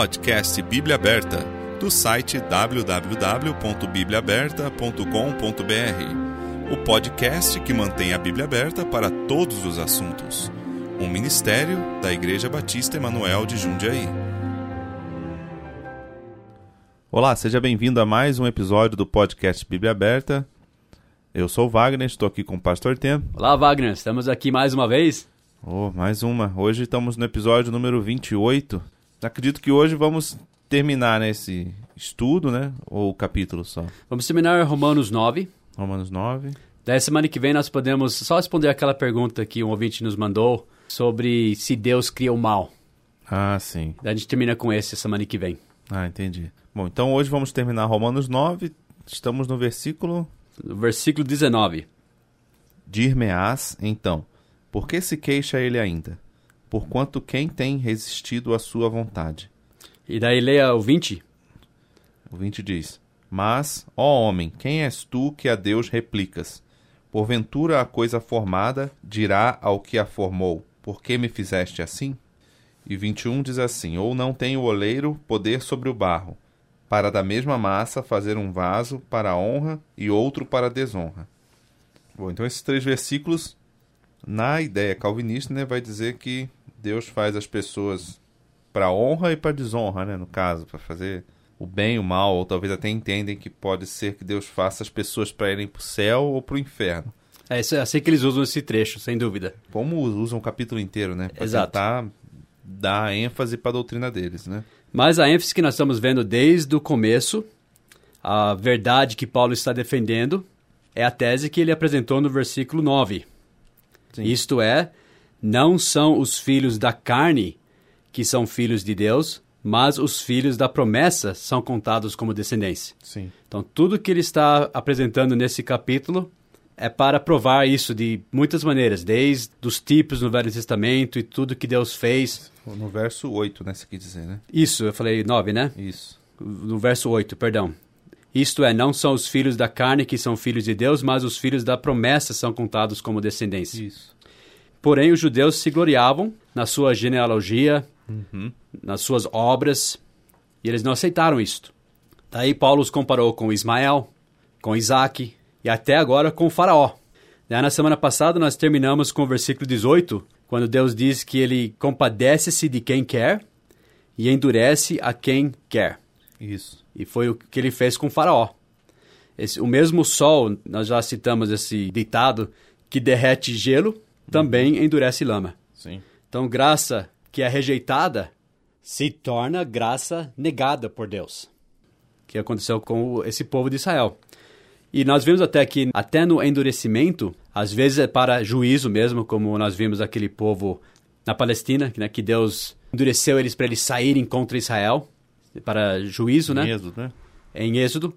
Podcast Bíblia Aberta, do site www.bibliaaberta.com.br. O podcast que mantém a Bíblia aberta para todos os assuntos. Um ministério da Igreja Batista Emanuel de Jundiaí. Olá, seja bem-vindo a mais um episódio do podcast Bíblia Aberta. Eu sou o Wagner, estou aqui com o Pastor Tem. Olá, Wagner, estamos aqui mais uma vez. Mais uma. Hoje estamos no episódio número 28. Acredito que hoje vamos terminar esse estudo, né? Ou o capítulo só? Vamos terminar Romanos 9. Romanos 9. Daí semana que vem nós podemos só responder aquela pergunta que um ouvinte nos mandou sobre se Deus cria o mal. Ah, sim. Daí a gente termina com esse semana que vem. Ah, entendi. Bom, então hoje vamos terminar Romanos 9. Estamos no versículo... No versículo 19. Dir-me-ás, então, por que se queixa ele ainda? Porquanto quem tem resistido à sua vontade? E daí leia o 20. O 20 diz: Mas, ó homem, quem és tu que a Deus replicas? Porventura a coisa formada dirá ao que a formou: Por que me fizeste assim? E 21 diz assim: Ou não tem o oleiro poder sobre o barro, para da mesma massa fazer um vaso para a honra e outro para a desonra? Bom, então esses três versículos, na ideia calvinista, né, vai dizer que Deus faz as pessoas para honra e para desonra, né, no caso, para fazer o bem e o mal, ou talvez até entendem que pode ser que Deus faça as pessoas para irem para o céu ou para o inferno. É isso, assim que eles usam esse trecho, sem dúvida. Como usam o capítulo inteiro, né, para tentar dar ênfase para a doutrina deles, né? Mas a ênfase que nós estamos vendo desde o começo, a verdade que Paulo está defendendo, é a tese que ele apresentou no versículo 9. Sim. Isto é, não são os filhos da carne que são filhos de Deus, mas os filhos da promessa são contados como descendência. Sim. Então, tudo que ele está apresentando nesse capítulo é para provar isso de muitas maneiras, desde os tipos no Velho Testamento e tudo que Deus fez. No verso 8, né, você quer dizer, né? Isso, eu falei 9, né? Isso. No verso 8, perdão. Isto é, não são os filhos da carne que são filhos de Deus, mas os filhos da promessa são contados como descendência. Isso. Porém, os judeus se gloriavam na sua genealogia, nas suas obras, e eles não aceitaram isto. Daí Paulo os comparou com Ismael, com Isaac e até agora com o Faraó. Daí, na semana passada nós terminamos com o versículo 18, quando Deus diz que ele compadece-se de quem quer e endurece a quem quer. Isso. E foi o que ele fez com o Faraó. O mesmo sol, nós já citamos esse ditado, que derrete gelo, também endurece lama. Sim. Então, graça que é rejeitada se torna graça negada por Deus. Que aconteceu com esse povo de Israel. E nós vimos até que, até no endurecimento, às vezes é para juízo mesmo, como nós vimos aquele povo na Palestina, né, que Deus endureceu eles para eles saírem contra Israel, para juízo, né? Em Êxodo, né? Em Êxodo.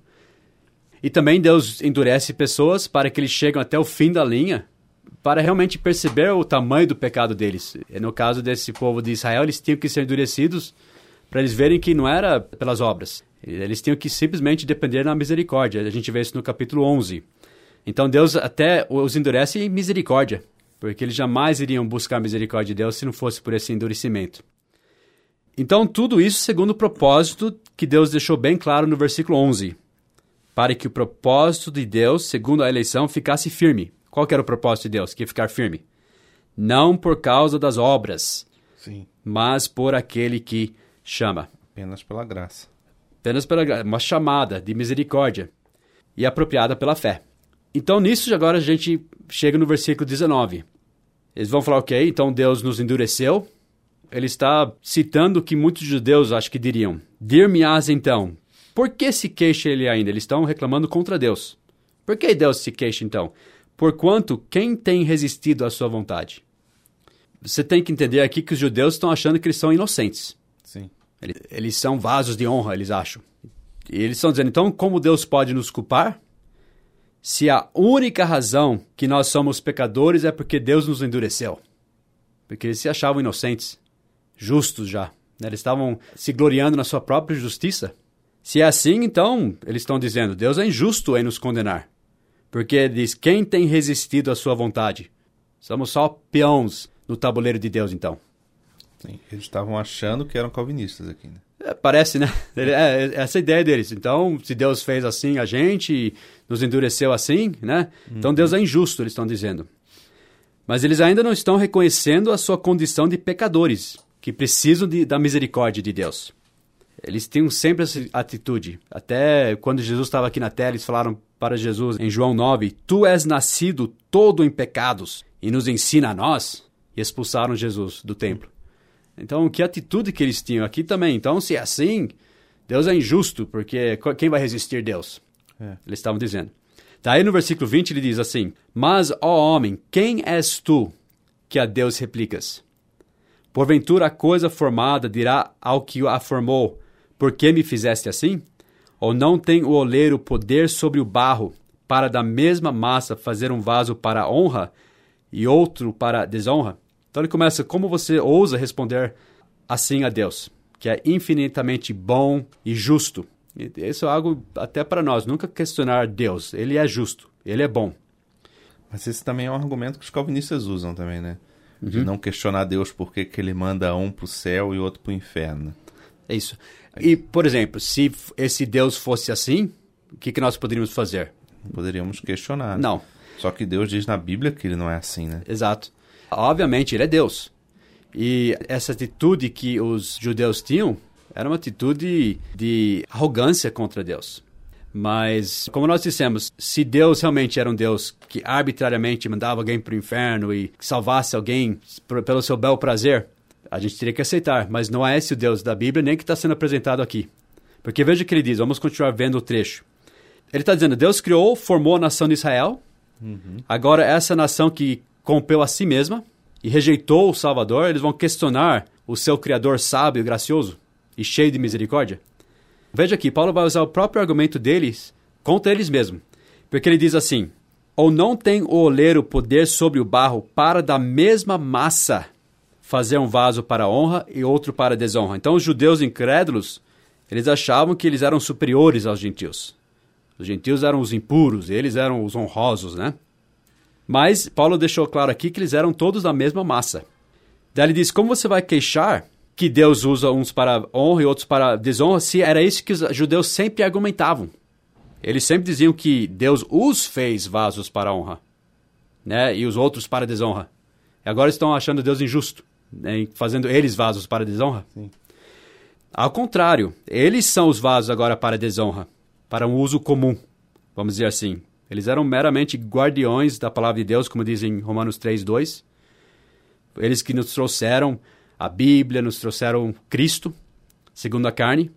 E também Deus endurece pessoas para que eles cheguem até o fim da linha, para realmente perceber o tamanho do pecado deles. E no caso desse povo de Israel, eles tinham que ser endurecidos para eles verem que não era pelas obras. Eles tinham que simplesmente depender da misericórdia. A gente vê isso no capítulo 11. Então Deus até os endurece em misericórdia, porque eles jamais iriam buscar a misericórdia de Deus se não fosse por esse endurecimento. Então tudo isso segundo o propósito que Deus deixou bem claro no versículo 11, para que o propósito de Deus, segundo a eleição, ficasse firme. Qual que era o propósito de Deus? Que ia ficar firme. Não por causa das obras, sim, mas por aquele que chama. Apenas pela graça. Apenas pela graça, uma chamada de misericórdia e apropriada pela fé. Então, nisso, agora a gente chega no versículo 19. Eles vão falar, ok, então Deus nos endureceu. Ele está citando o que muitos judeus acho que diriam. Dir-me-ás então, por que se queixa ele ainda? Eles estão reclamando contra Deus. Por que Deus se queixa então? Porquanto quem tem resistido à sua vontade? Você tem que entender aqui que os judeus estão achando que eles são inocentes. Sim. Eles são vasos de honra, eles acham. E eles estão dizendo, então, como Deus pode nos culpar? Se a única razão que nós somos pecadores é porque Deus nos endureceu. Porque eles se achavam inocentes, justos já. Eles estavam se gloriando na sua própria justiça. Se é assim, então, eles estão dizendo, Deus é injusto em nos condenar. Porque diz, quem tem resistido à sua vontade? Somos só peões no tabuleiro de Deus, então. Sim, eles estavam achando que eram calvinistas aqui, né? Parece, né? Essa é a ideia deles. Então, se Deus fez assim a gente, nos endureceu assim, né? Então Deus é injusto, eles estão dizendo. Mas eles ainda não estão reconhecendo a sua condição de pecadores, que precisam da misericórdia de Deus. Eles tinham sempre essa atitude. Até quando Jesus estava aqui na terra, eles falaram para Jesus em João 9, Tu és nascido todo em pecados e nos ensina a nós, e expulsaram Jesus do templo. Então, que atitude que eles tinham aqui também. Então, se é assim, Deus é injusto, porque quem vai resistir a Deus? Eles estavam dizendo. Daí no versículo 20 ele diz assim, Mas, ó homem, quem és tu que a Deus replicas? Porventura a coisa formada dirá ao que a formou, Por que me fizeste assim? Ou não tem o oleiro poder sobre o barro, para da mesma massa fazer um vaso para honra e outro para desonra? Então ele começa, como você ousa responder assim a Deus, que é infinitamente bom e justo? Isso é algo até para nós, nunca questionar Deus. Ele é justo, ele é bom. Mas esse também é um argumento que os calvinistas usam também, né? De não questionar Deus porque que ele manda um para o céu e outro para o inferno. É isso. E, por exemplo, se esse Deus fosse assim, o que nós poderíamos fazer? Poderíamos questionar. Não. Só que Deus diz na Bíblia que ele não é assim, né? Exato. Obviamente, ele é Deus. E essa atitude que os judeus tinham era uma atitude de arrogância contra Deus. Mas, como nós dissemos, se Deus realmente era um Deus que arbitrariamente mandava alguém para o inferno e salvasse alguém pelo seu bel prazer, a gente teria que aceitar. Mas não é esse o Deus da Bíblia, nem que está sendo apresentado aqui. Porque veja o que ele diz, vamos continuar vendo o trecho. Ele está dizendo, Deus criou, formou a nação de Israel. Agora, essa nação que corrompeu a si mesma e rejeitou o Salvador, eles vão questionar o seu Criador sábio e gracioso e cheio de misericórdia. Veja aqui, Paulo vai usar o próprio argumento deles contra eles mesmos. Porque ele diz assim, ou não tem o oleiro poder sobre o barro para da mesma massa fazer um vaso para honra e outro para desonra. Então os judeus incrédulos, eles achavam que eles eram superiores aos gentios. Os gentios eram os impuros, eles eram os honrosos, né? Mas Paulo deixou claro aqui que eles eram todos da mesma massa. Daí ele diz, como você vai queixar que Deus usa uns para honra e outros para desonra, se era isso que os judeus sempre argumentavam? Eles sempre diziam que Deus os fez vasos para honra, né? E os outros para desonra. E agora estão achando Deus injusto, né? Fazendo eles vasos para desonra. Sim. Ao contrário, eles são os vasos agora para desonra, para um uso comum, vamos dizer assim. Eles eram meramente guardiões da palavra de Deus, como diz em Romanos 3:2. Eles que nos trouxeram a Bíblia, nos trouxeram Cristo, segundo a carne.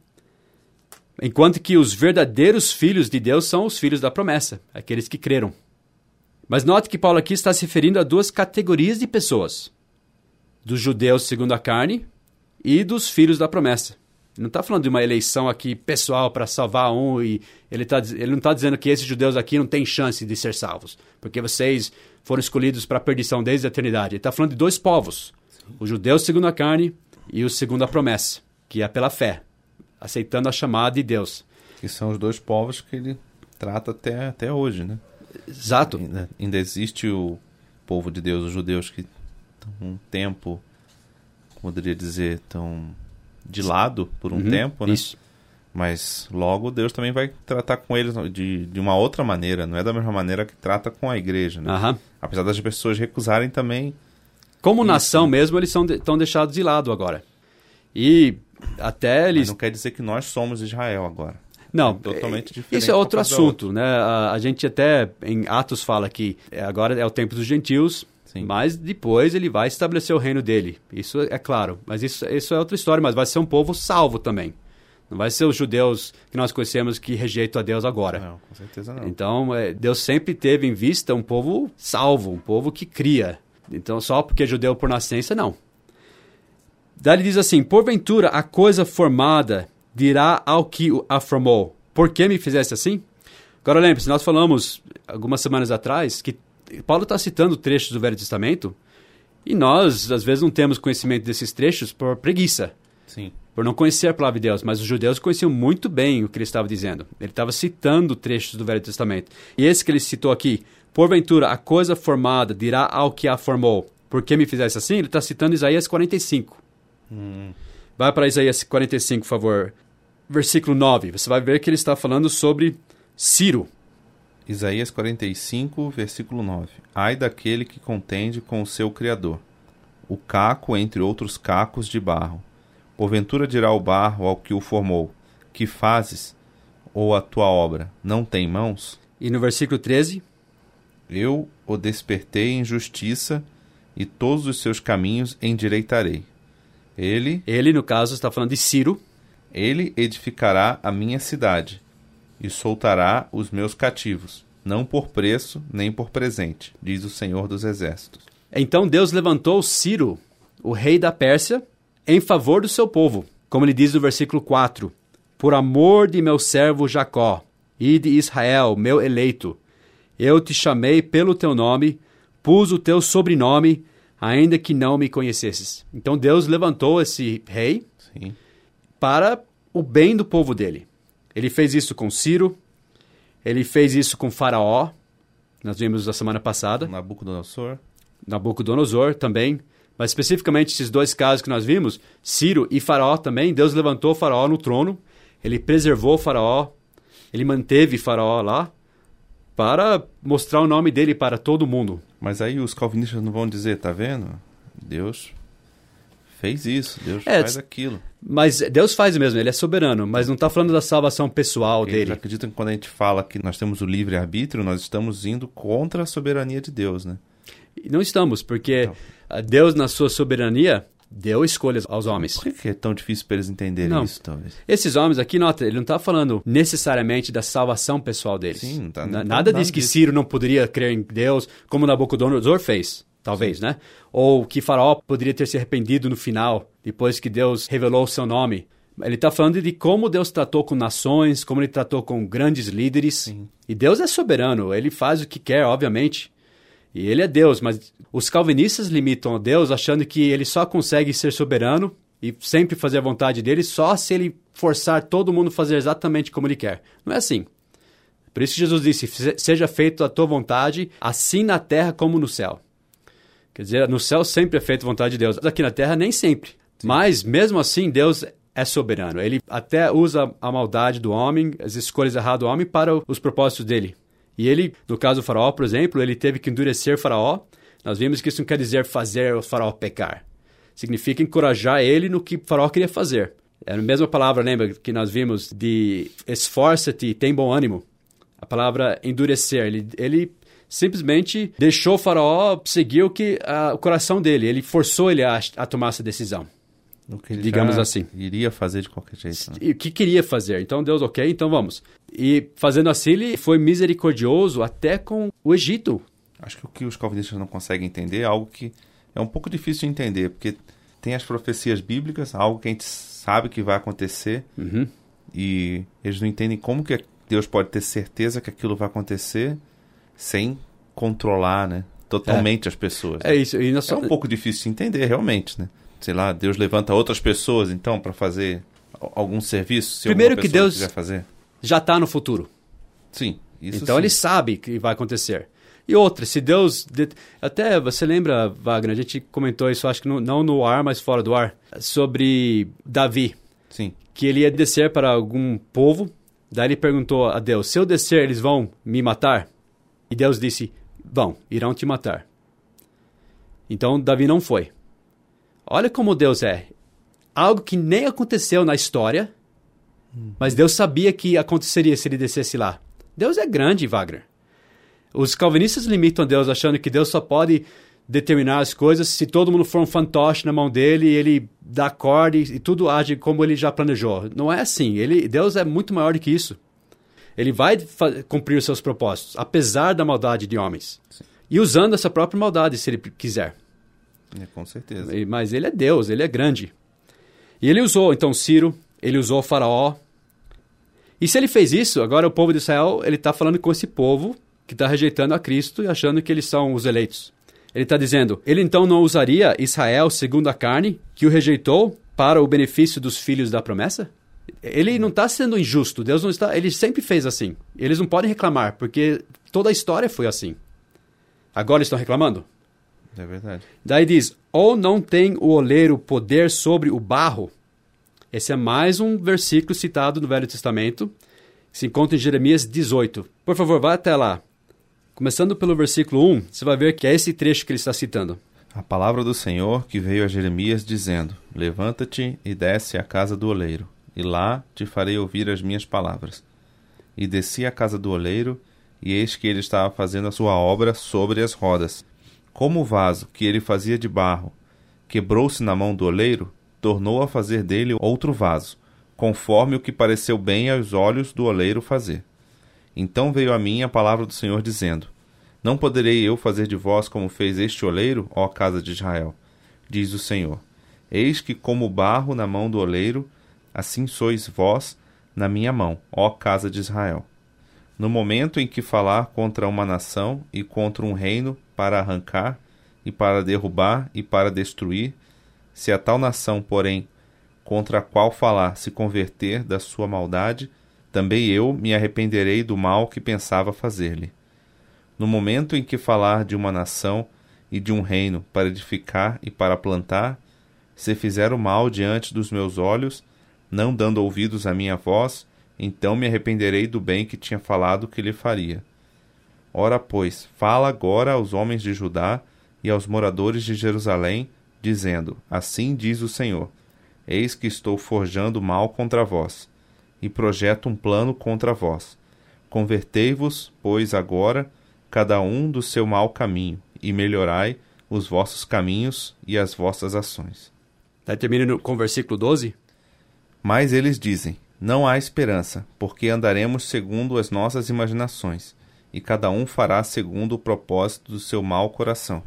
Enquanto que os verdadeiros filhos de Deus são os filhos da promessa, aqueles que creram. Mas note que Paulo aqui está se referindo a duas categorias de pessoas. Dos judeus segundo a carne e dos filhos da promessa. Ele não está falando de uma eleição aqui pessoal para salvar um e ele não está dizendo que esses judeus aqui não têm chance de ser salvos, porque vocês foram escolhidos para a perdição desde a eternidade. Ele está falando de dois povos, os judeus segundo a carne e os segundo a promessa, que é pela fé, aceitando a chamada de Deus. Que são os dois povos que ele trata até hoje, né? Exato. Ainda existe o povo de Deus, os judeus que estão um tempo, poderia dizer, estão de lado por um tempo, né? Isso. Mas logo Deus também vai tratar com eles de uma outra maneira, não é da mesma maneira que trata com a igreja, né? Apesar das pessoas recusarem também. Como nação mesmo, eles estão deixados de lado agora. E até eles... Mas não quer dizer que nós somos Israel agora. Não, é totalmente diferente. Isso é outro assunto, né? A gente até em Atos fala que agora é o tempo dos gentios. Sim. Mas depois ele vai estabelecer o reino dele. Isso é claro. Mas isso é outra história. Mas vai ser um povo salvo também. Não vai ser os judeus que nós conhecemos que rejeitam a Deus agora. Não, com certeza não. Então, Deus sempre teve em vista um povo salvo, um povo que cria. Então, só porque é judeu por nascença, não. Daí ele diz assim, porventura a coisa formada dirá ao que a formou, por que me fizeste assim? Agora lembre-se, nós falamos algumas semanas atrás que Paulo está citando trechos do Velho Testamento e nós, às vezes, não temos conhecimento desses trechos por preguiça. Sim. Por não conhecer a palavra de Deus. Mas os judeus conheciam muito bem o que ele estava dizendo. Ele estava citando trechos do Velho Testamento. E esse que ele citou aqui, porventura a coisa formada dirá ao que a formou, por que me fizesse assim? Ele está citando Isaías 45. Vai para Isaías 45, por favor. Versículo 9. Você vai ver que ele está falando sobre Ciro. Isaías 45, versículo 9. Ai daquele que contende com o seu Criador, o caco entre outros cacos de barro. Porventura dirá o barro ao que o formou, que fazes, ou a tua obra não tem mãos? E no versículo 13... Eu o despertei em justiça, e todos os seus caminhos endireitarei. Ele, no caso, está falando de Ciro. Ele edificará a minha cidade, e soltará os meus cativos, não por preço, nem por presente, diz o Senhor dos Exércitos. Então Deus levantou Ciro, o rei da Pérsia, em favor do seu povo, como ele diz no versículo 4. Por amor de meu servo Jacó, e de Israel, meu eleito, eu te chamei pelo teu nome, pus o teu sobrenome, ainda que não me conhecesses. Então Deus levantou esse rei Sim. para o bem do povo dele. Ele fez isso com Ciro, ele fez isso com Faraó, nós vimos na semana passada. Nabucodonosor também, mas especificamente esses dois casos que nós vimos, Ciro e Faraó também, Deus levantou Faraó no trono, ele preservou Faraó, ele manteve Faraó lá, para mostrar o nome dele para todo mundo. Mas aí os calvinistas não vão dizer, tá vendo? Deus fez isso, Deus faz aquilo. Mas Deus faz mesmo, ele é soberano, mas não está falando da salvação pessoal dele. Eles acreditam que quando a gente fala que nós temos o livre-arbítrio, nós estamos indo contra a soberania de Deus, né? Não estamos, porque Deus, na sua soberania, deu escolhas aos homens. Por que é tão difícil para eles entenderem isso, talvez? Esses homens aqui, nota, ele não está falando necessariamente da salvação pessoal deles. Sim, não tá, nada diz que Ciro não poderia crer em Deus, como Nabucodonosor fez, talvez, Sim. né? Ou que Faraó poderia ter se arrependido no final, depois que Deus revelou o seu nome. Ele está falando de como Deus tratou com nações, como ele tratou com grandes líderes. Sim. E Deus é soberano, ele faz o que quer, obviamente. E ele é Deus, mas os calvinistas limitam a Deus achando que ele só consegue ser soberano e sempre fazer a vontade dele só se ele forçar todo mundo a fazer exatamente como ele quer. Não é assim. Por isso que Jesus disse, seja feito a tua vontade, assim na terra como no céu. Quer dizer, no céu sempre é feita a vontade de Deus. Aqui na terra nem sempre. Sim. Mas mesmo assim Deus é soberano. Ele até usa a maldade do homem, as escolhas erradas do homem para os propósitos dele. E ele, no caso do Faraó, por exemplo, ele teve que endurecer Faraó. Nós vimos que isso não quer dizer fazer o Faraó pecar. Significa encorajar ele no que Faraó queria fazer. É a mesma palavra, lembra, que nós vimos de esforça-te e tem bom ânimo. A palavra endurecer. Ele simplesmente deixou o Faraó seguir o coração dele. Ele forçou ele a tomar essa decisão. O que ele digamos assim. Iria fazer de qualquer jeito. Né? E o que queria fazer. Então Deus, ok, então vamos. E fazendo assim, ele foi misericordioso até com o Egito. Acho que o que os calvinistas não conseguem entender é algo que é um pouco difícil de entender, porque tem as profecias bíblicas, algo que a gente sabe que vai acontecer, e eles não entendem como que Deus pode ter certeza que aquilo vai acontecer sem controlar, né, totalmente as pessoas. É isso. E é um pouco difícil de entender, realmente, né? Sei lá, Deus levanta outras pessoas, então, para fazer algum serviço, se primeiro alguma que pessoa Deus quiser fazer. Já está no futuro. Sim, isso então sim. Ele sabe que vai acontecer. E outra, se Deus... Até você lembra, Wagner, a gente comentou isso, acho que não no ar, mas fora do ar, sobre Davi. Sim. Que ele ia descer para algum povo, daí ele perguntou a Deus, se eu descer, eles vão me matar? E Deus disse, irão te matar. Então Davi não foi. Olha como Deus é. Algo que nem aconteceu na história, mas Deus sabia que aconteceria se ele descesse lá. Deus é grande, Wagner. Os calvinistas limitam a Deus achando que Deus só pode determinar as coisas se todo mundo for um fantoche na mão dele e ele dá corda e tudo age como ele já planejou. Não é assim. Deus é muito maior do que isso. Ele vai cumprir os seus propósitos, apesar da maldade de homens. Sim. E usando essa própria maldade, se ele quiser. Com certeza. Mas ele é Deus, ele é grande. E ele usou, então, Ciro, ele usou Faraó. E se ele fez isso, agora o povo de Israel, ele está falando com esse povo que está rejeitando a Cristo e achando que eles são os eleitos. Ele está dizendo, ele então não usaria Israel segundo a carne, que o rejeitou, para o benefício dos filhos da promessa? Ele não está sendo injusto, Deus não está, ele sempre fez assim. Eles não podem reclamar, porque toda a história foi assim. Agora eles estão reclamando? É verdade. Daí diz, ou não tem o oleiro poder sobre o barro Esse é mais um versículo citado no Velho Testamento, que se encontra em Jeremias 18. Por favor, vá até lá. Começando pelo versículo 1, você vai ver que é esse trecho que ele está citando. A palavra do Senhor que veio a Jeremias dizendo: Levanta-te e desce à casa do oleiro, e lá te farei ouvir as minhas palavras. E desci à casa do oleiro, e eis que ele estava fazendo a sua obra sobre as rodas. Como o vaso que ele fazia de barro quebrou-se na mão do oleiro, tornou a fazer dele outro vaso, conforme o que pareceu bem aos olhos do oleiro fazer. Então veio a mim a palavra do Senhor dizendo: Não poderei eu fazer de vós como fez este oleiro, ó casa de Israel? Diz o Senhor: Eis que como o barro na mão do oleiro, assim sois vós na minha mão, ó casa de Israel. No momento em que falar contra uma nação e contra um reino para arrancar, e para derrubar e para destruir, se a tal nação, porém, contra a qual falar se converter da sua maldade, também eu me arrependerei do mal que pensava fazer-lhe. No momento em que falar de uma nação e de um reino para edificar e para plantar, se fizer o mal diante dos meus olhos, não dando ouvidos à minha voz, então me arrependerei do bem que tinha falado que lhe faria. Ora, pois, fala agora aos homens de Judá e aos moradores de Jerusalém, dizendo: Assim diz o Senhor: Eis que estou forjando mal contra vós, e projeto um plano contra vós. Convertei-vos, pois, agora, cada um do seu mau caminho, e melhorai os vossos caminhos e as vossas ações. Daí termina com o versículo 12. Mas eles dizem: Não há esperança, porque andaremos segundo as nossas imaginações, e cada um fará segundo o propósito do seu mau coração.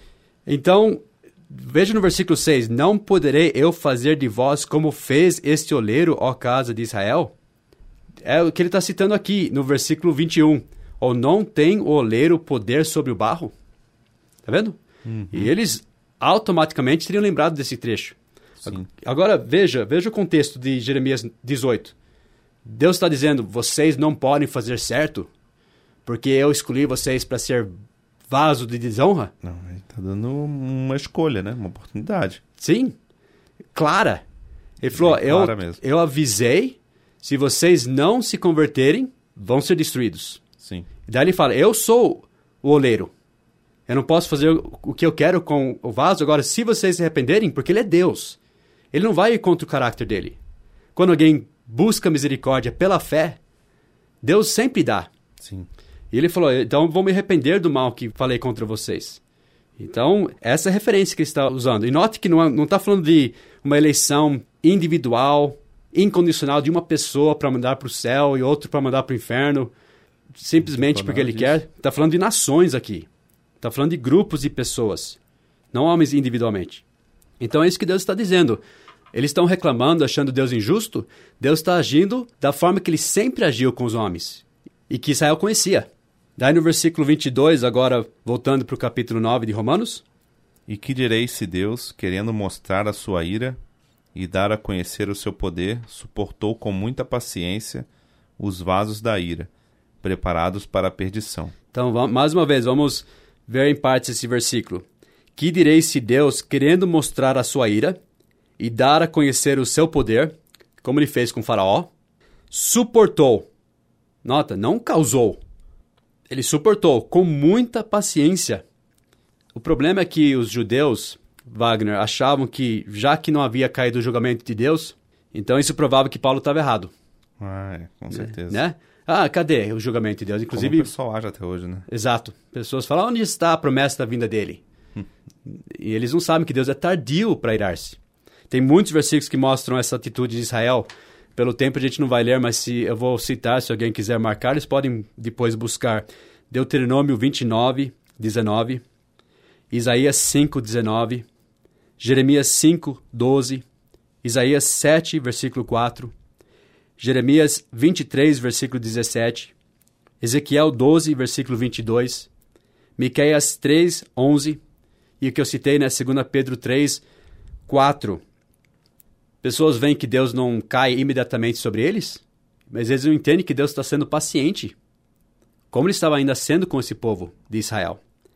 Então, veja no versículo 6, não poderei eu fazer de vós como fez este oleiro, ó casa de Israel? É o que ele está citando aqui no versículo 21. Ou não tem o oleiro poder sobre o barro? Tá vendo? E eles automaticamente teriam lembrado desse trecho. Sim. Agora, veja o contexto de Jeremias 18. Deus está dizendo, vocês não podem fazer certo, porque eu escolhi vocês para ser vaso de desonra? Não, ele está dando uma escolha, né? Uma oportunidade. Sim, clara. Ele falou, eu avisei, se vocês não se converterem, vão ser destruídos. Sim. Daí ele fala, eu sou o oleiro. Eu não posso fazer o que eu quero com o vaso. Agora, se vocês se arrependerem, porque ele é Deus, ele não vai ir contra o caráter dele. Quando alguém busca misericórdia pela fé, Deus sempre dá. Sim. E ele falou, então vou me arrepender do mal que falei contra vocês. Então, essa é a referência que ele está usando. E note que não está falando de uma eleição individual, incondicional de uma pessoa para mandar para o céu e outro para mandar para o inferno, simplesmente porque ele quer. Está falando de nações aqui. Está falando de grupos de pessoas, não homens individualmente. Então é isso que Deus está dizendo. Eles estão reclamando, achando Deus injusto. Deus está agindo da forma que ele sempre agiu com os homens e que Israel conhecia. Daí no versículo 22, agora voltando para o capítulo 9 de Romanos. E que direis se Deus, querendo mostrar a sua ira e dar a conhecer o seu poder, suportou com muita paciência os vasos da ira, preparados para a perdição. Então, mais uma vez, vamos ver em partes esse versículo. Que direis se Deus, querendo mostrar a sua ira e dar a conhecer o seu poder, como ele fez com Faraó, suportou. Nota, não causou. Ele suportou com muita paciência. O problema é que os judeus, Wagner, achavam que, já que não havia caído o julgamento de Deus, então isso provava que Paulo estava errado. Com certeza. Né? Ah, cadê o julgamento de Deus? Inclusive, como o pessoal age até hoje, né? Exato. Pessoas falam, onde está a promessa da vinda dele? E eles não sabem que Deus é tardio para irar-se. Tem muitos versículos que mostram essa atitude de Israel. Pelo tempo a gente não vai ler, mas eu vou citar, se alguém quiser marcar, eles podem depois buscar Deuteronômio 29, 19, Isaías 5, 19, Jeremias 5, 12, Isaías 7, versículo 4, Jeremias 23, versículo 17, Ezequiel 12, versículo 22, Miqueias 3, 11, e o que eu citei, né, 2 Pedro 3, 4. Pessoas veem que Deus não cai imediatamente sobre eles, mas eles não entendem que Deus está sendo paciente, como ele estava ainda sendo com esse povo de Israel.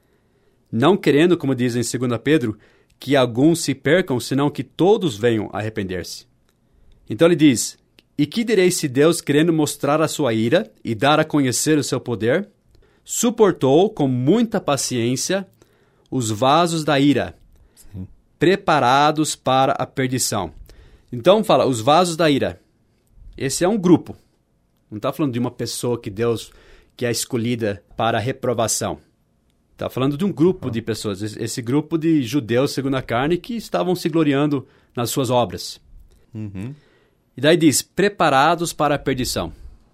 Não querendo, como diz em 2 Pedro, que alguns se percam, senão que todos venham a arrepender-se. Então ele diz, e que direi se Deus, querendo mostrar a sua ira e dar a conhecer o seu poder, suportou com muita paciência os vasos da ira, preparados para a perdição. Então fala, os vasos da ira. Esse é um grupo. Não está falando de uma pessoa que é escolhida para a reprovação. Está falando de um grupo de pessoas. Esse grupo de judeus segundo a carne que estavam se gloriando nas suas obras. E daí diz, preparados para a perdição.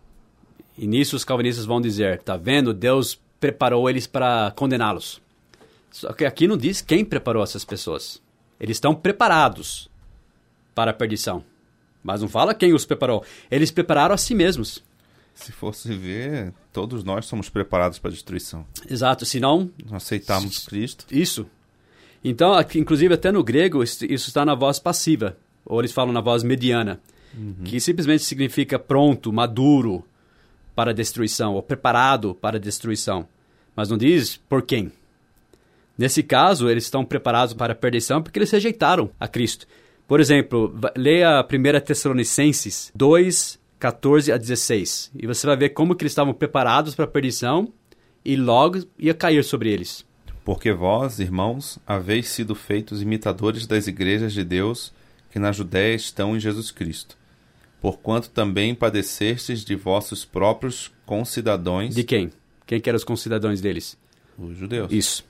E nisso os calvinistas vão dizer, está vendo? Deus preparou eles para condená-los. Só que aqui não diz quem preparou essas pessoas. Eles estão preparados para a perdição. Mas não fala quem os preparou. Eles prepararam a si mesmos. Se fosse ver, todos nós somos preparados para a destruição. Exato, senão... Não aceitamos Cristo. Isso. Então, aqui, inclusive até no grego, isso está na voz passiva. Ou eles falam na voz mediana. Que simplesmente significa pronto, maduro para a destruição. Ou preparado para a destruição. Mas não diz por quem. Nesse caso, eles estão preparados para a perdição porque eles rejeitaram a Cristo. Por exemplo, leia 1 Tessalonicenses 2, 14 a 16. E você vai ver como que eles estavam preparados para a perdição e logo ia cair sobre eles. Porque vós, irmãos, haveis sido feitos imitadores das igrejas de Deus que na Judéia estão em Jesus Cristo. Porquanto também padecestes de vossos próprios concidadãos... De quem? Quem que eram os concidadãos deles? Os judeus. Isso.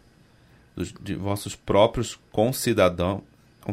De vossos próprios concidadãos,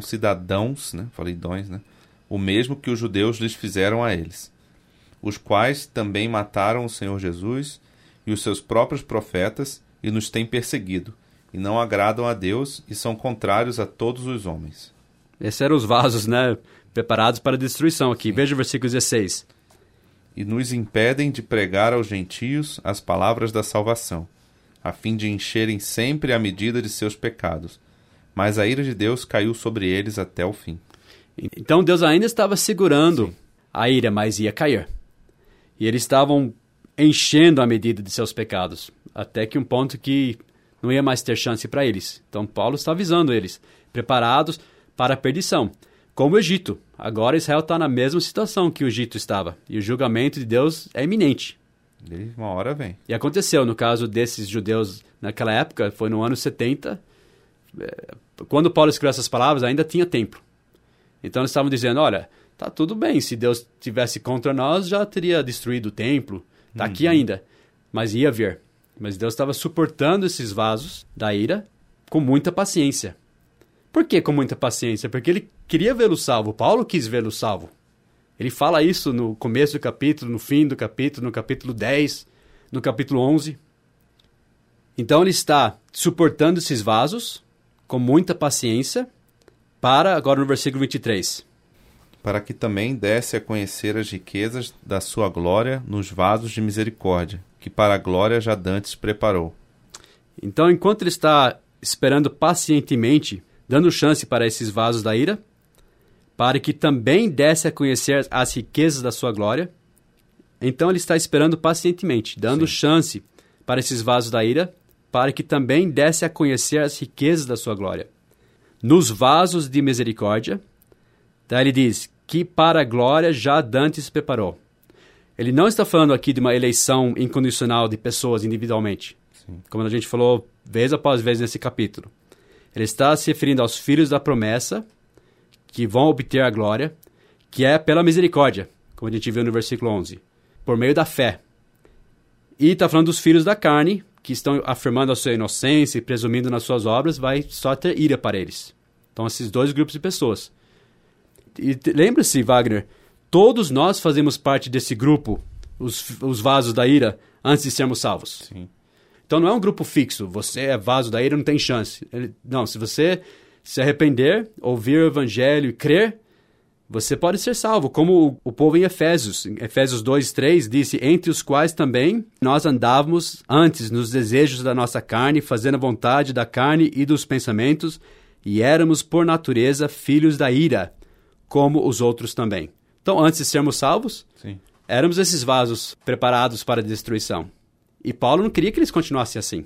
né? Falei dons, né? O mesmo que os judeus lhes fizeram a eles, os quais também mataram o Senhor Jesus e os seus próprios profetas e nos têm perseguido, e não agradam a Deus e são contrários a todos os homens. Esses eram os vasos, né? Preparados para a destruição aqui. Veja o versículo 16. E nos impedem de pregar aos gentios as palavras da salvação, a fim de encherem sempre a medida de seus pecados. Mas a ira de Deus caiu sobre eles até o fim. Então Deus ainda estava segurando a ira, mas ia cair. E eles estavam enchendo a medida de seus pecados, até que um ponto que não ia mais ter chance para eles. Então Paulo está avisando eles, preparados para a perdição. Como o Egito. Agora Israel está na mesma situação que o Egito estava. E o julgamento de Deus é iminente. E uma hora vem. E aconteceu, no caso desses judeus naquela época, foi no ano 70. Quando Paulo escreveu essas palavras, ainda tinha templo. Então eles estavam dizendo, olha, tá tudo bem, se Deus tivesse contra nós, já teria destruído o templo. Está aqui ainda. Mas ia vir. Mas Deus estava suportando esses vasos da ira com muita paciência. Por que com muita paciência? Porque ele queria vê-lo salvo. Paulo quis vê-lo salvo. Ele fala isso no começo do capítulo, no fim do capítulo, no capítulo 10, no capítulo 11. Então ele está suportando esses vasos com muita paciência para, agora no versículo 23. Para que também desse a conhecer as riquezas da sua glória nos vasos de misericórdia, que para a glória já dantes preparou. Então, enquanto ele está esperando pacientemente, dando chance para esses vasos da ira, para que também desse a conhecer as riquezas da sua glória, então ele está esperando pacientemente, dando chance para esses vasos da ira, para que também desse a conhecer as riquezas da sua glória. Nos vasos de misericórdia, daí ele diz que para a glória já dantes preparou. Ele não está falando aqui de uma eleição incondicional de pessoas individualmente, como a gente falou vez após vez nesse capítulo. Ele está se referindo aos filhos da promessa, que vão obter a glória, que é pela misericórdia, como a gente viu no versículo 11, por meio da fé. E está falando dos filhos da carne, que estão afirmando a sua inocência e presumindo nas suas obras, vai só ter ira para eles. Então, esses dois grupos de pessoas. E lembre-se, Wagner, todos nós fazemos parte desse grupo, os vasos da ira, antes de sermos salvos. Sim. Então, não é um grupo fixo. Você é vaso da ira, não tem chance. Não, se você se arrepender, ouvir o evangelho e crer, você pode ser salvo, como o povo em Efésios. Em Efésios 2:3 disse, entre os quais também nós andávamos antes nos desejos da nossa carne, fazendo a vontade da carne e dos pensamentos, e éramos por natureza filhos da ira, como os outros também. Então, antes de sermos salvos, éramos esses vasos preparados para a destruição. E Paulo não queria que eles continuassem assim.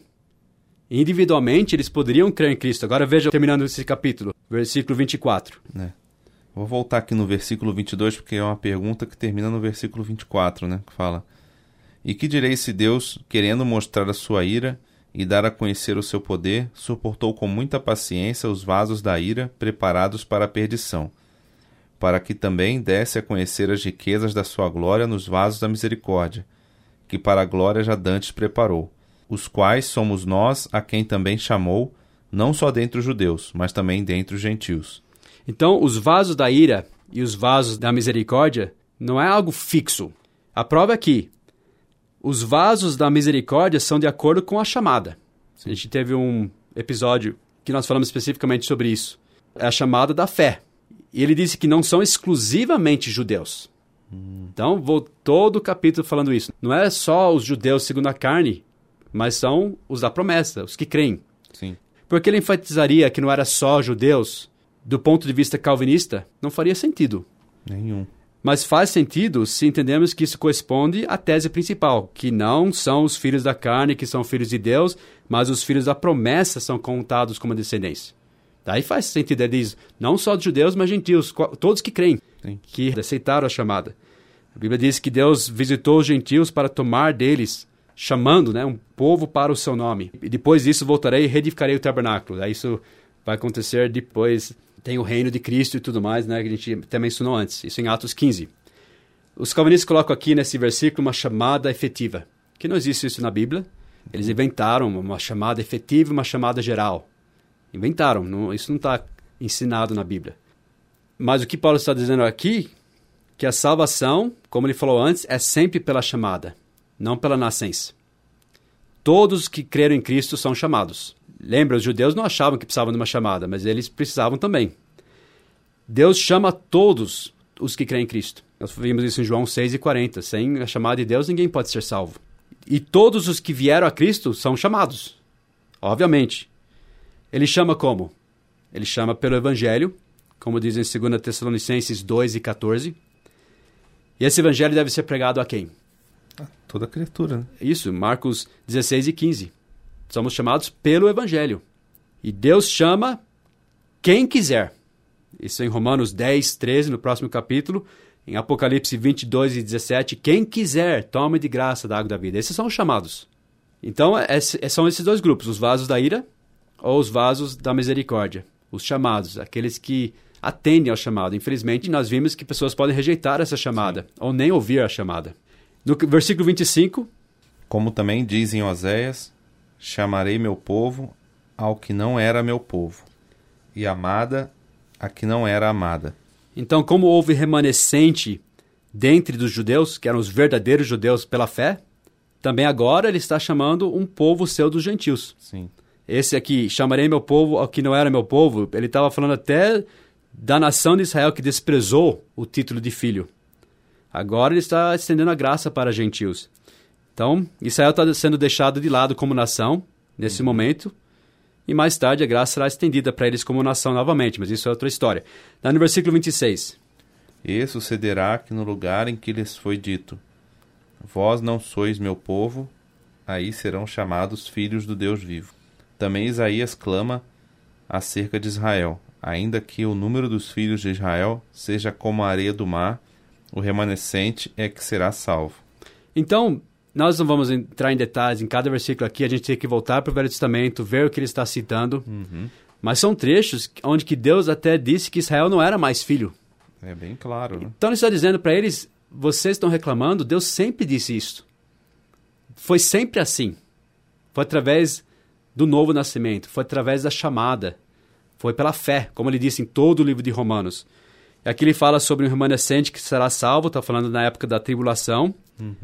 Individualmente, eles poderiam crer em Cristo. Agora veja, terminando esse capítulo, versículo 24. Vou voltar aqui no versículo 22, porque é uma pergunta que termina no versículo 24, né? Que fala: E que direi se Deus, querendo mostrar a sua ira e dar a conhecer o seu poder, suportou com muita paciência os vasos da ira preparados para a perdição, para que também desse a conhecer as riquezas da sua glória nos vasos da misericórdia, que para a glória já dantes preparou, os quais somos nós a quem também chamou, não só dentre os judeus, mas também dentre os gentios. Então, os vasos da ira e os vasos da misericórdia não é algo fixo. A prova é que os vasos da misericórdia são de acordo com a chamada. A gente teve um episódio que nós falamos especificamente sobre isso. É a chamada da fé. E ele disse que não são exclusivamente judeus. Então, vou todo o capítulo falando isso. Não é só os judeus segundo a carne, mas são os da promessa, os que creem. Sim. Porque ele enfatizaria que não era só judeus, do ponto de vista calvinista, não faria sentido. Nenhum. Mas faz sentido se entendemos que isso corresponde à tese principal, que não são os filhos da carne que são filhos de Deus, mas os filhos da promessa são contados como descendência. Daí faz sentido, ele diz, não só dos judeus, mas gentios, todos que creem, Sim. que aceitaram a chamada. A Bíblia diz que Deus visitou os gentios para tomar deles, chamando, né, um povo para o seu nome. E depois disso voltarei e reedificarei o tabernáculo. Daí isso vai acontecer depois, tem o reino de Cristo e tudo mais, né, que a gente até mencionou antes. Isso em Atos 15. Os calvinistas colocam aqui nesse versículo uma chamada efetiva, que não existe isso na Bíblia. Eles inventaram uma chamada efetiva e uma chamada geral. Inventaram, isso não está ensinado na Bíblia. Mas o que Paulo está dizendo aqui, que a salvação, como ele falou antes, é sempre pela chamada, não pela nascença. Todos que creram em Cristo são chamados. Lembra, os judeus não achavam que precisavam de uma chamada, mas eles precisavam também. Deus chama todos os que creem em Cristo. Nós vimos isso em João 6:40. Sem a chamada de Deus, ninguém pode ser salvo. E todos os que vieram a Cristo são chamados, obviamente. Ele chama como? Ele chama pelo Evangelho, como diz em 2 Tessalonicenses 2:14. E esse Evangelho deve ser pregado a quem? A toda criatura, né? Isso, Marcos 16:15. Somos chamados pelo Evangelho. E Deus chama quem quiser. Isso em Romanos 10:13, no próximo capítulo. Em Apocalipse 22:17, quem quiser, tome de graça da água da vida. Esses são os chamados. Então, são esses dois grupos, os vasos da ira ou os vasos da misericórdia. Os chamados, aqueles que atendem ao chamado. Infelizmente, nós vimos que pessoas podem rejeitar essa chamada, ou nem ouvir a chamada. No versículo 25... Como também diz em Oséias, chamarei meu povo ao que não era meu povo, e amada a que não era amada. Então, como houve remanescente dentre dos judeus, que eram os verdadeiros judeus pela fé, também agora ele está chamando um povo seu dos gentios. Sim. Esse aqui, chamarei meu povo ao que não era meu povo, ele estava falando até da nação de Israel que desprezou o título de filho. Agora ele está estendendo a graça para gentios. Então, Israel está sendo deixado de lado como nação, nesse momento, e mais tarde a graça será estendida para eles como nação novamente, mas isso é outra história. Lá no versículo 26. E sucederá que no lugar em que lhes foi dito, vós não sois meu povo, aí serão chamados filhos do Deus vivo. Também Isaías clama acerca de Israel, ainda que o número dos filhos de Israel seja como a areia do mar, o remanescente é que será salvo. Então, nós não vamos entrar em detalhes em cada versículo aqui, a gente tem que voltar para o Velho Testamento, ver o que ele está citando. Mas são trechos onde que Deus até disse que Israel não era mais filho. É bem claro, né? Então ele está dizendo para eles, vocês estão reclamando, Deus sempre disse isso. Foi sempre assim. Foi através do novo nascimento, foi através da chamada, foi pela fé, como ele disse em todo o livro de Romanos. E aqui ele fala sobre um remanescente que será salvo, está falando na época da tribulação,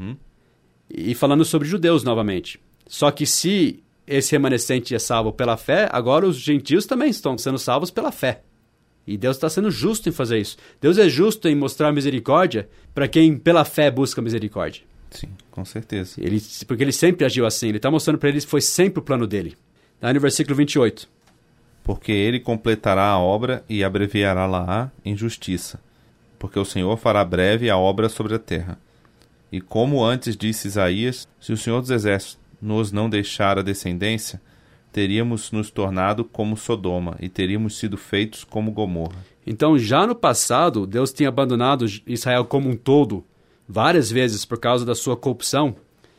e falando sobre judeus novamente. Só que se esse remanescente é salvo pela fé, agora os gentios também estão sendo salvos pela fé. E Deus está sendo justo em fazer isso. Deus é justo em mostrar misericórdia para quem pela fé busca misericórdia. Sim, com certeza. Porque ele sempre agiu assim. Ele está mostrando para eles que foi sempre o plano dele. Daí no versículo 28. Porque ele completará a obra e abreviará-la em justiça. Porque o Senhor fará breve a obra sobre a terra. E como antes disse Isaías, se o Senhor dos Exércitos nos não deixar a descendência, teríamos nos tornado como Sodoma e teríamos sido feitos como Gomorra. Então, já no passado, Deus tinha abandonado Israel como um todo, várias vezes por causa da sua corrupção.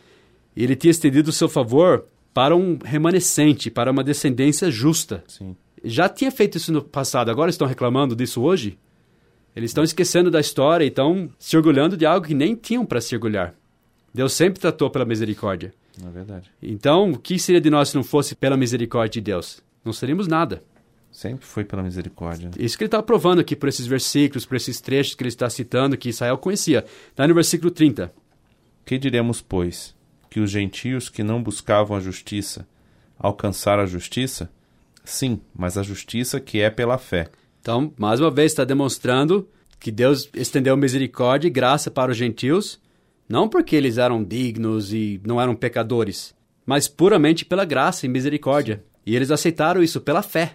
E ele tinha estendido o seu favor para um remanescente, para uma descendência justa. Sim. Já tinha feito isso no passado, agora estão reclamando disso hoje? Eles estão esquecendo da história e estão se orgulhando de algo que nem tinham para se orgulhar. Deus sempre tratou pela misericórdia. É verdade. Então, o que seria de nós se não fosse pela misericórdia de Deus? Não seríamos nada. Sempre foi pela misericórdia. Né? Isso que ele está provando aqui por esses versículos, por esses trechos que ele está citando, que Israel conhecia. Está no versículo 30. Que diremos, pois? Que os gentios que não buscavam a justiça alcançaram a justiça? Sim, mas a justiça que é pela fé. Então, mais uma vez, está demonstrando que Deus estendeu misericórdia e graça para os gentios, não porque eles eram dignos e não eram pecadores, mas puramente pela graça e misericórdia. E eles aceitaram isso pela fé.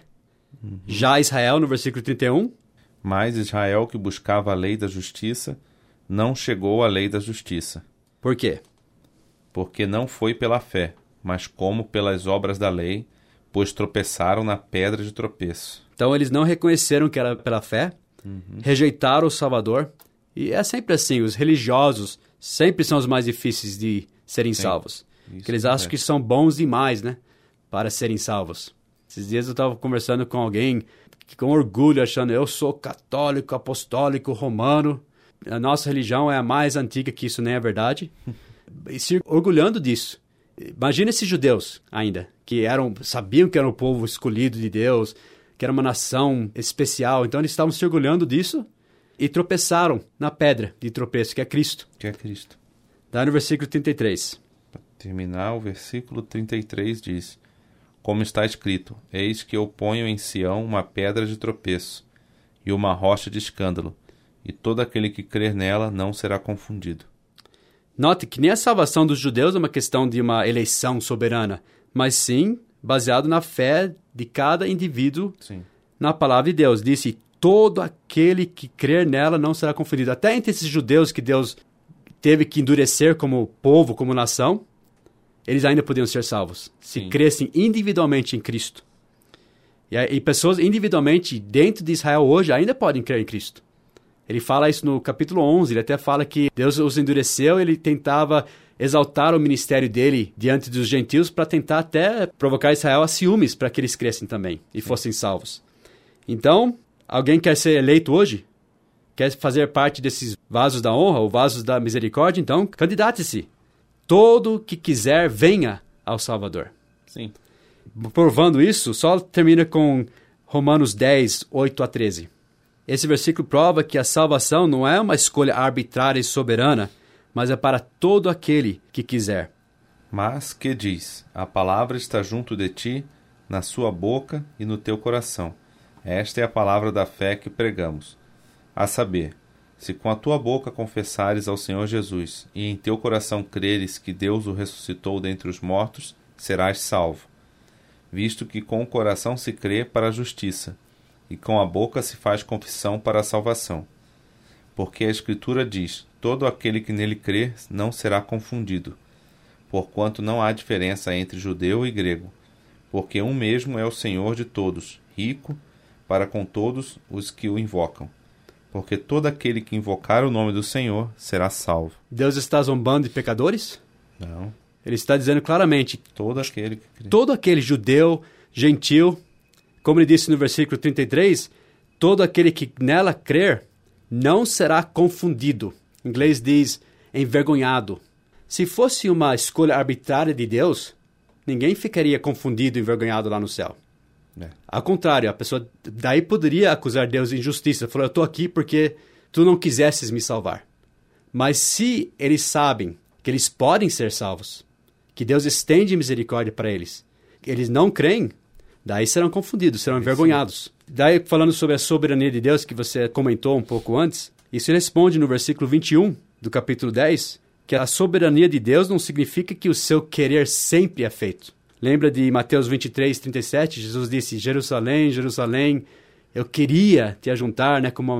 Já Israel, no versículo 31... Mas Israel, que buscava a lei da justiça, não chegou à lei da justiça. Por quê? Porque não foi pela fé, mas como pelas obras da lei, pois tropeçaram na pedra de tropeço. Então eles não reconheceram que era pela fé, rejeitaram o Salvador. E é sempre assim, os religiosos sempre são os mais difíceis de serem salvos. Porque eles acham que são bons demais, né, para serem salvos. Esses dias eu estava conversando com alguém que com orgulho achando, eu sou católico, apostólico, romano. A nossa religião é a mais antiga, que isso nem é verdade. E se orgulhando disso. Imagina esses judeus ainda, que sabiam que eram o povo escolhido de Deus, que era uma nação especial. Então eles estavam se orgulhando disso e tropeçaram na pedra de tropeço, que é Cristo. Que é Cristo. Dá no versículo 33. Para terminar, o versículo 33 diz: Como está escrito, eis que eu ponho em Sião uma pedra de tropeço e uma rocha de escândalo, e todo aquele que crer nela não será confundido. Note que nem a salvação dos judeus é uma questão de uma eleição soberana, mas sim baseado na fé de cada indivíduo na palavra de Deus. Disse, todo aquele que crer nela não será confundido. Até entre esses judeus que Deus teve que endurecer como povo, como nação, eles ainda podiam ser salvos, se crescem individualmente em Cristo. E pessoas individualmente dentro de Israel hoje ainda podem crer em Cristo. Ele fala isso no capítulo 11, ele até fala que Deus os endureceu, ele tentava exaltar o ministério dele diante dos gentios para tentar até provocar Israel a ciúmes para que eles crescem também e fossem salvos. Então, alguém quer ser eleito hoje? Quer fazer parte desses vasos da honra ou vasos da misericórdia? Então, candidate-se. Todo que quiser, venha ao Salvador. Sim. Provando isso, só termina com Romanos 10, 8 a 13. Esse versículo prova que a salvação não é uma escolha arbitrária e soberana, mas é para todo aquele que quiser. Mas que diz? A palavra está junto de ti, na sua boca e no teu coração. Esta é a palavra da fé que pregamos. A saber, se com a tua boca confessares ao Senhor Jesus e em teu coração creres que Deus o ressuscitou dentre os mortos, serás salvo. Visto que com o coração se crê para a justiça, e com a boca se faz confissão para a salvação. Porque a Escritura diz, todo aquele que nele crê não será confundido, porquanto não há diferença entre judeu e grego, porque um mesmo é o Senhor de todos, rico para com todos os que o invocam. Porque todo aquele que invocar o nome do Senhor será salvo. Deus está zombando de pecadores? Não. Ele está dizendo claramente, Todo aquele que crê. todo aquele judeu, gentil, como ele disse no versículo 33, todo aquele que nela crer não será confundido. Em inglês diz envergonhado. Se fosse uma escolha arbitrária de Deus, ninguém ficaria confundido e envergonhado lá no céu. Ao contrário, a pessoa daí poderia acusar Deus de injustiça. Falou, eu estou aqui porque tu não quisesses me salvar. Mas se eles sabem que eles podem ser salvos, que Deus estende misericórdia para eles, eles não creem, daí serão confundidos, serão envergonhados. Daí, falando sobre a soberania de Deus, que você comentou um pouco antes, isso responde no versículo 21 do capítulo 10, que a soberania de Deus não significa que o seu querer sempre é feito. Lembra de Mateus 23, 37? Jesus disse, Jerusalém, Jerusalém, eu queria te ajuntar, né, como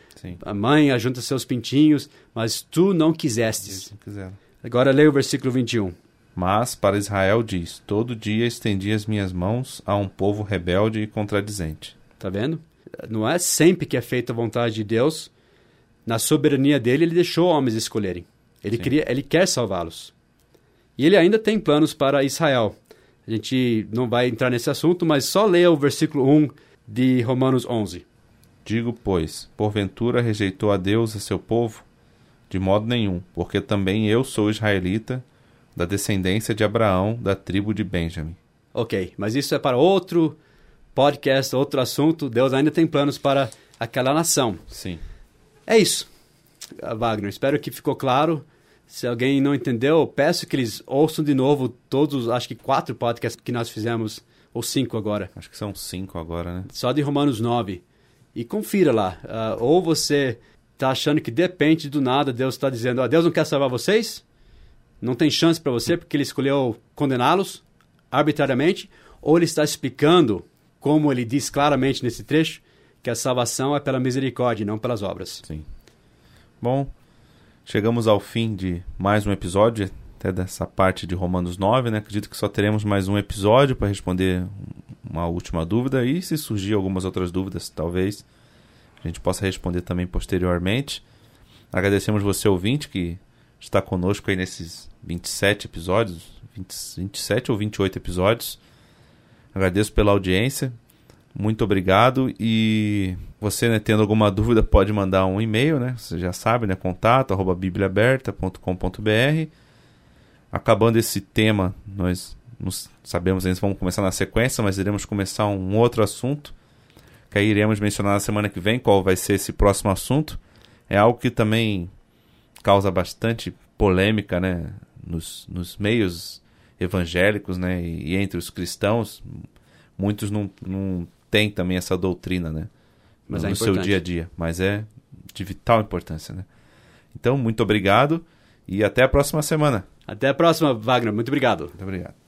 a mãe ajunta seus pintinhos, mas tu não quisestes. Agora leia o versículo 21. Mas para Israel diz, todo dia estendi as minhas mãos a um povo rebelde e contradizente. Tá vendo? não é sempre que é feita a vontade de Deus. Na soberania dele, ele deixou homens escolherem. Ele quer salvá-los. E ele ainda tem planos para Israel. A gente não vai entrar nesse assunto, mas só leia o versículo 1 de Romanos 11. Digo, pois, porventura rejeitou a Deus a seu povo? De modo nenhum, porque também eu sou israelita, da descendência de Abraão, da tribo de Benjamim. Ok, mas isso é para outro podcast, outro assunto. Deus ainda tem planos para aquela nação. Sim. É isso, Wagner. Espero que ficou claro. Se alguém não entendeu, peço que eles ouçam de novo todos, acho que 4 podcasts que nós fizemos, ou 5 agora. Acho que são 5 agora, né? Só de Romanos 9. E confira lá. Ou você está achando que de repente, do nada, Deus está dizendo, Deus não quer salvar vocês? Não tem chance para você porque ele escolheu condená-los arbitrariamente? Ou ele está explicando, como ele diz claramente nesse trecho, que a salvação é pela misericórdia e não pelas obras. Sim. Bom, chegamos ao fim de mais um episódio, até dessa parte de Romanos 9, né? Acredito que só teremos mais um episódio para responder uma última dúvida e se surgir algumas outras dúvidas, talvez a gente possa responder também posteriormente. Agradecemos você, ouvinte, que está conosco aí nesses 27 episódios, 27 ou 28 episódios. Agradeço pela audiência. Muito obrigado, e você, né, tendo alguma dúvida, pode mandar um e-mail, né? Você já sabe, né? contato@bibliaaberta.com.br. Acabando esse tema, nós não sabemos ainda se vamos começar na sequência, mas iremos começar um outro assunto, que aí iremos mencionar na semana que vem qual vai ser esse próximo assunto. É algo que também causa bastante polêmica, né? Nos meios evangélicos, né? E entre os cristãos, muitos não tem também essa doutrina, né? Mas no seu dia a dia. Mas é de vital importância, né? Então, muito obrigado e até a próxima semana. Até a próxima, Wagner. Muito obrigado. Muito obrigado.